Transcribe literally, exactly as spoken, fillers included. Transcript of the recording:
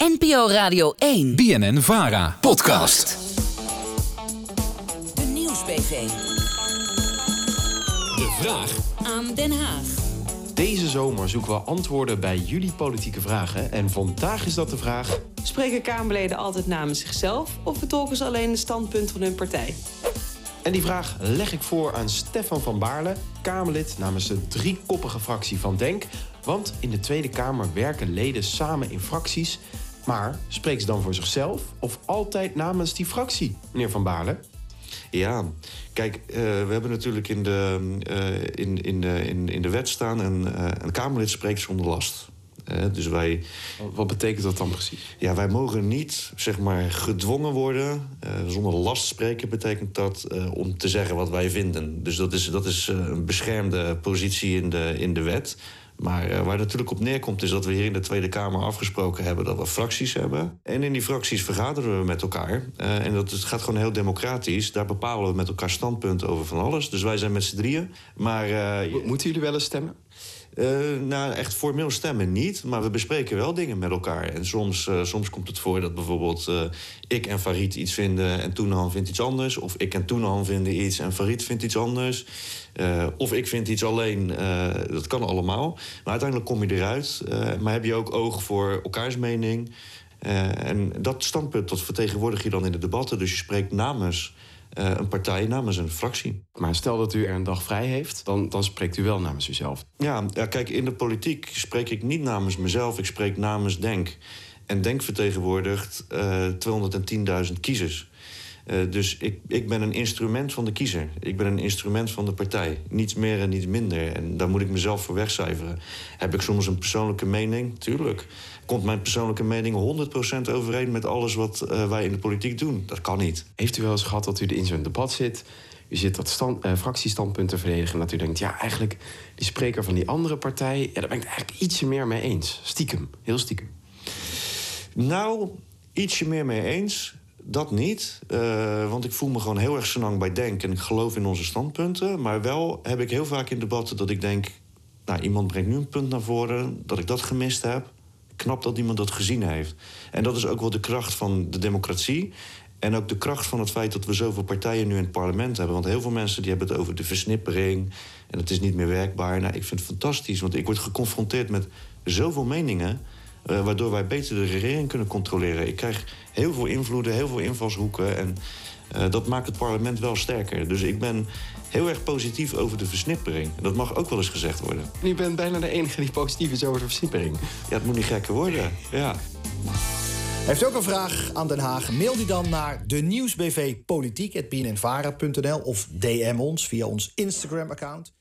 N P O Radio één. B N N-Vara. Podcast. De Nieuws-B V. De vraag aan Den Haag. Deze zomer zoeken we antwoorden bij jullie politieke vragen. En vandaag is dat de vraag: spreken Kamerleden altijd namens zichzelf of vertolken ze alleen de standpunt van hun partij? En die vraag leg ik voor aan Stefan van Baarle, Kamerlid namens de driekoppige fractie van Denk. Want in de Tweede Kamer werken leden samen in fracties. Maar spreken ze dan voor zichzelf of altijd namens die fractie, meneer Van Baarle? Ja, kijk, uh, we hebben natuurlijk in de, uh, in, in, de, in, in de wet staan... en uh, een Kamerlid spreekt zonder last. Uh, dus wij... Wat betekent dat dan precies? Ja, wij mogen niet, zeg maar, gedwongen worden. Uh, zonder last spreken betekent dat uh, om te zeggen wat wij vinden. Dus dat is, dat is uh, een beschermde positie in de, in de wet. Maar uh, waar het natuurlijk op neerkomt is dat we hier in de Tweede Kamer afgesproken hebben dat we fracties hebben. En in die fracties vergaderen we met elkaar. Uh, en dat het gaat gewoon heel democratisch. Daar bepalen we met elkaar standpunten over van alles. Dus wij zijn met z'n drieën. Maar, uh, Moeten jullie wel eens stemmen? Uh, nou, echt formeel stemmen niet, maar we bespreken wel dingen met elkaar. En soms, uh, soms komt het voor dat bijvoorbeeld uh, ik en Farid iets vinden en Toenahan vindt iets anders. Of ik en Toenahan vinden iets en Farid vindt iets anders. Uh, of ik vind iets alleen, uh, dat kan allemaal. Maar uiteindelijk kom je eruit. Uh, maar heb je ook oog voor elkaars mening. Uh, en dat standpunt dat vertegenwoordig je dan in de debatten. Dus je spreekt namens Uh, een partij, namens een fractie. Maar stel dat u er een dag vrij heeft, dan, dan spreekt u wel namens uzelf. Ja, ja, kijk, in de politiek spreek ik niet namens mezelf, ik spreek namens Denk. En Denk vertegenwoordigt uh, tweehonderdtienduizend kiezers. Uh, dus ik, ik ben een instrument van de kiezer. Ik ben een instrument van de partij. Niets meer en niets minder. En daar moet ik mezelf voor wegcijferen. Heb ik soms een persoonlijke mening? Tuurlijk. Komt mijn persoonlijke mening honderd procent overeen met alles wat uh, wij in de politiek doen? Dat kan niet. Heeft u wel eens gehad dat u in zo'n debat zit, u zit dat stand, uh, fractiestandpunt te verdedigen en dat u denkt, ja, eigenlijk die spreker van die andere partij, ja, daar ben ik het eigenlijk ietsje meer mee eens. Stiekem, heel stiekem. Nou, ietsje meer mee eens. Dat niet, uh, want ik voel me gewoon heel erg senang bij Denk en ik geloof in onze standpunten. Maar wel heb ik heel vaak in debatten dat ik denk, nou, iemand brengt nu een punt naar voren, dat ik dat gemist heb. Knap dat iemand dat gezien heeft. En dat is ook wel de kracht van de democratie. En ook de kracht van het feit dat we zoveel partijen nu in het parlement hebben. Want heel veel mensen die hebben het over de versnippering en het is niet meer werkbaar. Nou, ik vind het fantastisch, want ik word geconfronteerd met zoveel meningen, Uh, waardoor wij beter de regering kunnen controleren. Ik krijg heel veel invloeden, heel veel invalshoeken. En uh, dat maakt het parlement wel sterker. Dus ik ben heel erg positief over de versnippering. Dat mag ook wel eens gezegd worden. U bent bijna de enige die positief is over de versnippering. Ja, het moet niet gekker worden. Ja. Heeft u ook een vraag aan Den Haag? Mail die dan naar de nieuwsbv politiek at b n n vara punt n l of D M ons via ons Instagram-account.